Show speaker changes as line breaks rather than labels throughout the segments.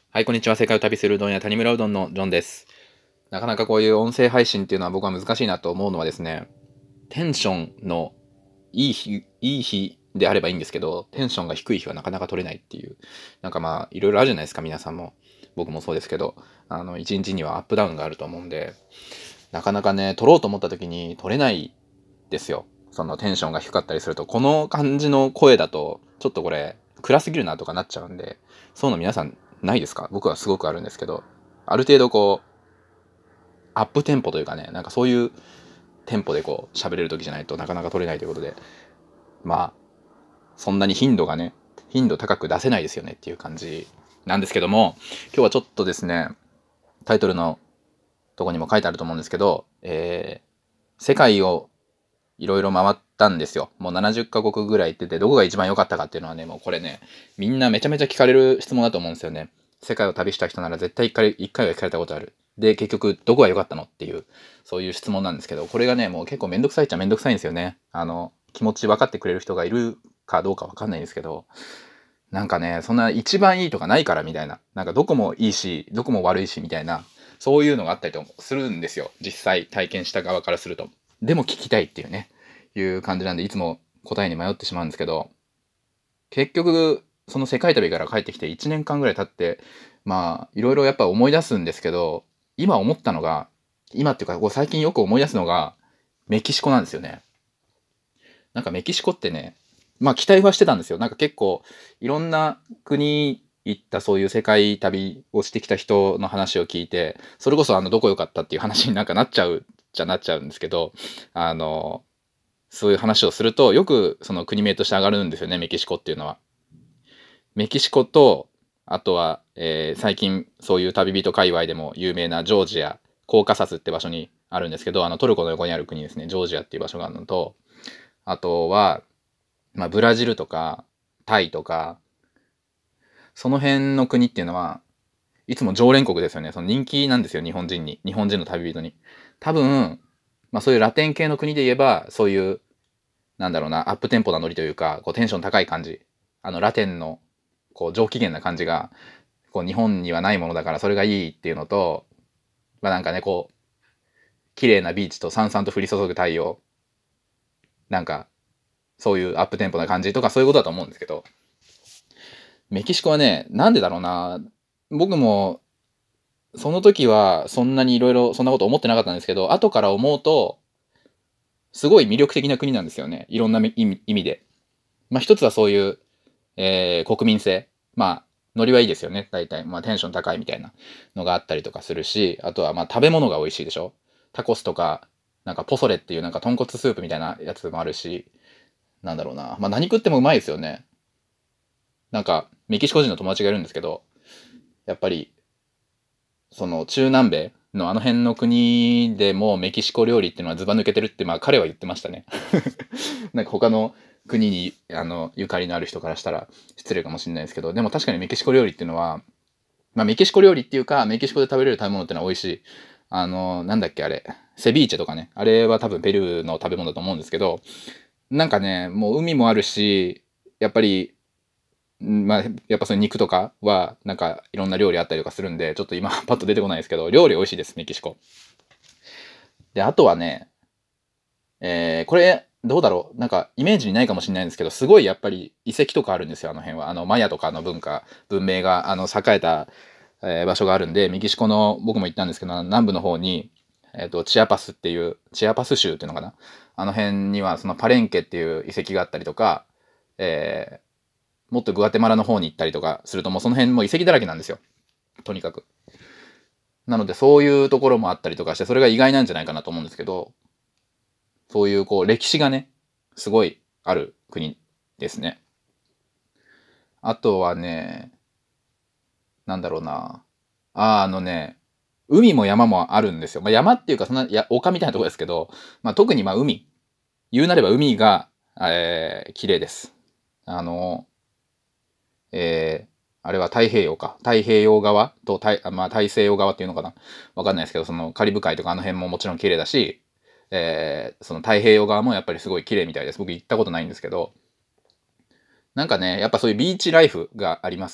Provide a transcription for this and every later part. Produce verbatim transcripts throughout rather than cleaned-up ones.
はい、こんにちは。世界を旅するうどん屋谷村うどんのジョンです。なかなかこういう音声配信っていうのは僕は難しいなと思うのはですね、テンションのいい日、いい日であればいいんですけど、テンションが低い日はなかなか取れないっていう、なんかまあ、いろいろあるじゃないですか、皆さんも。僕もそうですけど、あの、一日にはアップダウンがあると思うんで、なかなかね、取ろうと思った時に取れないですよ。そのテンションが低かったりすると、この感じの声だと、ちょっとこれ、暗すぎるなとかなっちゃうんで、そういうの皆さんないですか？僕はすごくあるんですけど、ある程度こう、アップテンポというかね、なんかそういうテンポでこう、喋れる時じゃないとなかなか取れないということで、まあ、そんなに頻度がね、頻度高く出せないですよねっていう感じなんですけども、今日はちょっとですね、タイトルのとこにも書いてあると思うんですけど、えー、世界をいろいろ回ったんですよ。もうななじゅっカ国ぐらい行ってて、どこが一番良かったかっていうのはね、もうこれね、みんなめちゃめちゃ聞かれる質問だと思うんですよね。世界を旅した人なら絶対一回一回は聞かれたことある。で、結局、どこが良かったのっていう、そういう質問なんですけど、これがね、もう結構めんどくさいっちゃめんどくさいんですよね。あの、気持ち分かってくれる人がいるかどうか分かんないんですけど、なんかね、そんな一番いいとかないからみたいな。なんかどこもいいし、どこも悪いしみたいな、そういうのがあったりとするんですよ。実際体験した側からすると。でも聞きたいっていうね、いう感じなんで、いつも答えに迷ってしまうんですけど、結局、その世界旅から帰ってきていちねんかんぐらい経って、まあ、いろいろやっぱ思い出すんですけど、今思ったのが、今っていうか、こう最近よく思い出すのが、メキシコなんですよね。なんかメキシコってね、まあ期待はしてたんですよ。なんか結構いろんな国行ったそういう世界旅をしてきた人の話を聞いて、それこそあのどこ良かったっていう話になんかなっちゃうじゃなっちゃうんですけど、あの、そういう話をするとよくその国名として上がるんですよね、メキシコっていうのは。メキシコと、あとは、えー最近そういう旅人界隈でも有名なジョージア、コーカサスって場所にあるんですけど、あのトルコの横にある国ですね、ジョージアっていう場所があるのと、あとは、まあ、ブラジルとか、タイとか、その辺の国っていうのは、いつも常連国ですよね。その人気なんですよ、日本人に。日本人の旅人に。多分、まあそういうラテン系の国で言えば、そういう、なんだろうな、アップテンポなノリというか、こうテンション高い感じ。あの、ラテンの、こう上機嫌な感じが、こう日本にはないものだからそれがいいっていうのと、まあなんかね、こう、綺麗なビーチとさんさんと降り注ぐ太陽。なんか、そういうアップテンポな感じとかそういうことだと思うんですけど、メキシコはね、なんでだろうな。僕も、その時はそんなにいろいろそんなこと思ってなかったんですけど、後から思うと、すごい魅力的な国なんですよね。いろんな意味意味で。まあ一つはそういう、えー国民性。まあ、ノリはいいですよね。大体。まあテンション高いみたいなのがあったりとかするし、あとはまあ食べ物が美味しいでしょ。タコスとか、なんかポソレっていうなんか豚骨スープみたいなやつもあるし、なんだろうな。まあ何食ってもうまいですよね。なんか、メキシコ人の友達がいるんですけど、やっぱりその中南米のあの辺の国でもメキシコ料理っていうのはズバ抜けてるってまあ彼は言ってましたね。なんか他の国にあのゆかりのある人からしたら失礼かもしれないですけど、でも確かにメキシコ料理っていうのは、まあメキシコ料理っていうかメキシコで食べれる食べ物っていうのは美味しい。あの、なんだっけあれ、セビーチェとかね。あれは多分ペルーの食べ物だと思うんですけど、なんかね、もう海もあるし、やっぱりまあ、やっぱその肉とかは、なんかいろんな料理あったりとかするんで、ちょっと今パッと出てこないですけど、料理美味しいです、メキシコ。で、あとはね、えー、これ、どうだろうなんかイメージにないかもしれないんですけど、すごいやっぱり遺跡とかあるんですよ、あの辺は。あの、マヤとかの文化、文明が、あの、栄えた、えー場所があるんで、メキシコの、僕も行ったんですけど、南部の方に、えっ、と、チアパスっていう、チアパス州っていうのかなあの辺には、そのパレンケっていう遺跡があったりとか、えーもっとグアテマラの方に行ったりとかするともうその辺も遺跡だらけなんですよ。とにかく。なのでそういうところもあったりとかして、それが意外なんじゃないかなと思うんですけど、そういうこう歴史がね、すごいある国ですね。あとはね、なんだろうな。あ、あのね、海も山もあるんですよ。まあ、山っていうかそんな、や、丘みたいなところですけど、まあ、特にまあ海。言うなれば海が、えー、綺麗です。あの、えー、あれは太平洋か。太平洋側と大、まあ、大西洋側っていうのかな。わかんないですけど、そのカリブ海とかあの辺ももちろん綺麗だし、えー、その太平洋側もやっぱりすごい綺麗みたいです。僕行ったことないんですけど、なんかね、やっぱそういうビーチライフがありますと。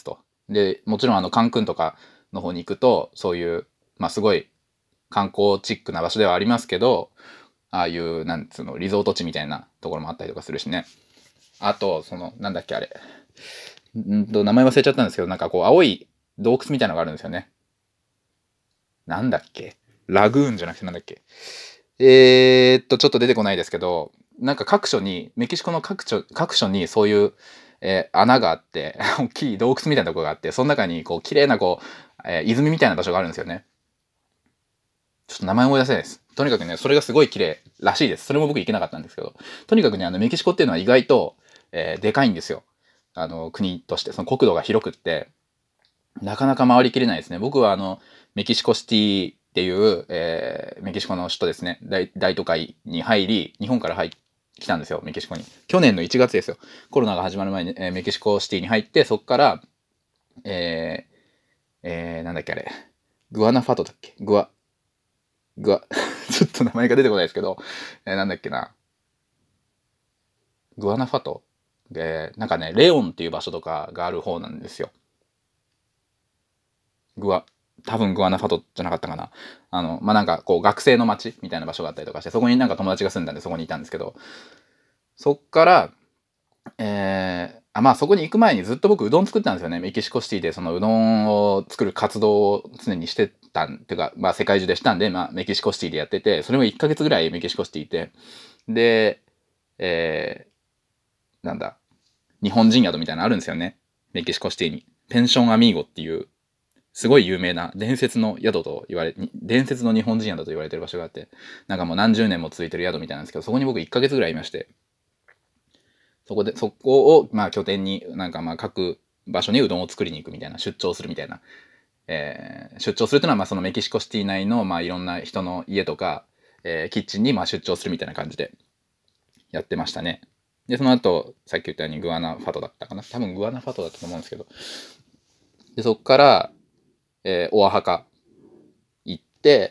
で、もちろんあの、カンクンとかの方に行くと、そういう、まあすごい観光チックな場所ではありますけど、ああいう、なんつうの、リゾート地みたいなところもあったりとかするしね。あと、その、なんだっけあれ。んと、名前忘れちゃったんですけど、なんかこう、青い洞窟みたいなのがあるんですよね。なんだっけラグーンじゃなくてなんだっけえー、っと、ちょっと出てこないですけど、なんか各所に、メキシコの各所、各所にそういう、えー穴があって、大きい洞窟みたいなところがあって、その中にこう、綺麗なこう、えー泉みたいな場所があるんですよね。ちょっと名前思い出せないです。とにかくね、それがすごい綺麗らしいです。それも僕行けなかったんですけど、とにかくね、あの、メキシコっていうのは意外と、えーでかいんですよ。あの、国として、その国土が広くって、なかなか回りきれないですね。僕はあの、メキシコシティっていう、えーメキシコの首都ですね。大大都会に入り、日本から入ってきたんですよ、メキシコに。去年のいちがつですよ。コロナが始まる前に、えーメキシコシティに入って、そこから、えーえーなんだっけあれ、グアナファトだっけグア、グア、ちょっと名前が出てこないですけど、えーなんだっけな、グアナファトで、なんかね、レオンっていう場所とかがある方なんですよ。グア、多分グアナファトじゃなかったかな。あの、まあ、なんかこう学生の街みたいな場所があったりとかして、そこになんか友達が住んだんでそこにいたんですけど、そっから、えー、あ、まあそこに行く前にずっと僕うどん作ってたんですよね。メキシコシティでそのうどんを作る活動を常にしてたん、っていうか、まあ世界中でしたんで、まあメキシコシティでやってて、それもいっかげつぐらいメキシコシティいて、で、えー、なんだ、日本人宿みたいなのあるんですよね。メキシコシティに。ペンションアミーゴっていう、すごい有名な伝説の宿と言われ、伝説の日本人宿と言われてる場所があって、なんかもう何十年も続いてる宿みたいなんですけど、そこに僕いっかげつぐらいいまして、そこで、そこをまあ拠点に、なんかまあ各場所にうどんを作りに行くみたいな、出張するみたいな、えー出張するというのはまあそのメキシコシティ内のまあいろんな人の家とか、えーキッチンにまあ出張するみたいな感じでやってましたね。で、その後、さっき言ったようにグアナファトだったかな。多分グアナファトだったと思うんですけど。で、そこから、えーオアハカ行って、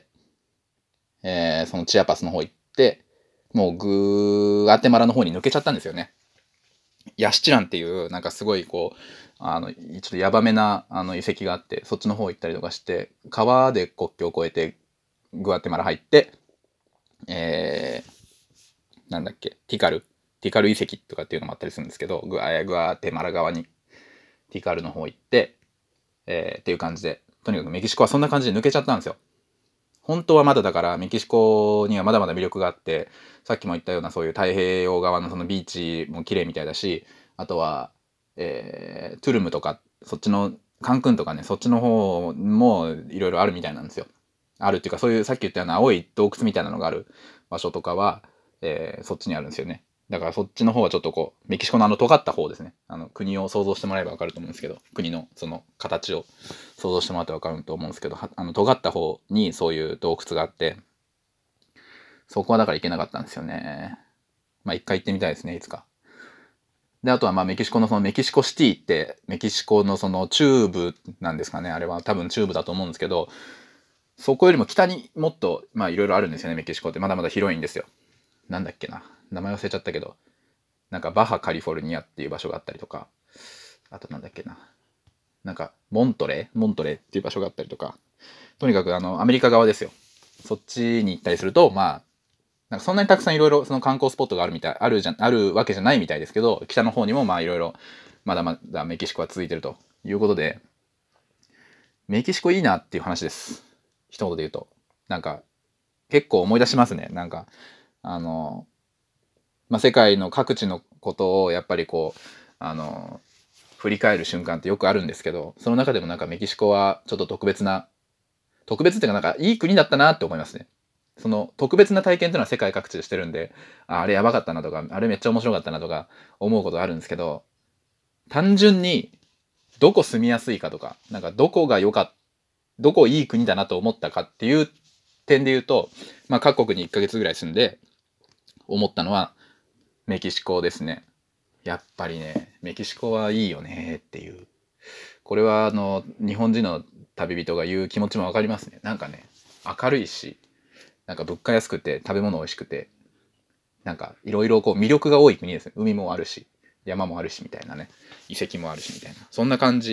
えーそのチアパスの方行って、もうグアテマラの方に抜けちゃったんですよね。ヤシチランっていう、なんかすごいこう、あの、ちょっとヤバめなあの遺跡があって、そっちの方行ったりとかして、川で国境を越えて、グアテマラ入って、えー、なんだっけ、ティカル、ティカル遺跡とかっていうのもあったりするんですけど、グアグアテマラ側にティカルの方行って、えー、っていう感じで、とにかくメキシコはそんな感じで抜けちゃったんですよ。本当はまだだからメキシコにはまだまだ魅力があって、さっきも言ったようなそういう太平洋側のそのビーチも綺麗みたいだし、あとは、えー、トゥルムとか、そっちの、カンクンとかね、そっちの方もいろいろあるみたいなんですよ。あるっていうか、そういうさっき言ったような青い洞窟みたいなのがある場所とかは、えー、そっちにあるんですよね。だからそっちの方はちょっとこう、メキシコのあの尖った方ですね。あの国を想像してもらえばわかると思うんですけど、国のその形を想像してもらってわかると思うんですけど、あの尖った方にそういう洞窟があって、そこはだから行けなかったんですよね。まあ一回行ってみたいですね、いつか。で、あとはまあメキシコのそのメキシコシティって、メキシコのその中部なんですかね、あれは多分中部だと思うんですけど、そこよりも北にもっとまあいろいろあるんですよね、メキシコって。まだまだ広いんですよ。なんだっけな。名前忘れちゃったけど、なんかバハカリフォルニアっていう場所があったりとか、あとなんだっけな。なんかモントレーモントレーっていう場所があったりとか、とにかくあのアメリカ側ですよ。そっちに行ったりすると、まあ、なんかそんなにたくさんいろいろその観光スポットがあるみたい、あるじゃあるわけじゃないみたいですけど、北の方にもまあいろいろまだまだメキシコは続いてるということで、メキシコいいなっていう話です。一言で言うと。なんか結構思い出しますね。なんか、あの、まあ、世界の各地のことをやっぱりこう、あの、振り返る瞬間ってよくあるんですけど、その中でもなんかメキシコはちょっと特別な、特別っていうかなんかいい国だったなって思いますね。その特別な体験っていうのは世界各地でしてるんで、ああれやばかったなとか、あれめっちゃ面白かったなとか思うことあるんですけど、単純にどこ住みやすいかとか、なんかどこが良かった、どこいい国だなと思ったかっていう点で言うと、まあ各国にいっかげつぐらい住んで思ったのはメキシコですね。やっぱりね、メキシコはいいよねっていう。これはあの、日本人の旅人が言う気持ちもわかりますね。なんかね、明るいし、なんか物価安くて食べ物美味しくて、なんかいろいろこう魅力が多い国ですね。海もあるし、山もあるしみたいなね。遺跡もあるしみたいな。そんな感じ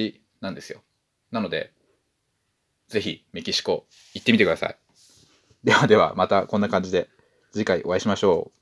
なんですよ。なので、ぜひメキシコ行ってみてください。ではでは、またこんな感じで次回お会いしましょう。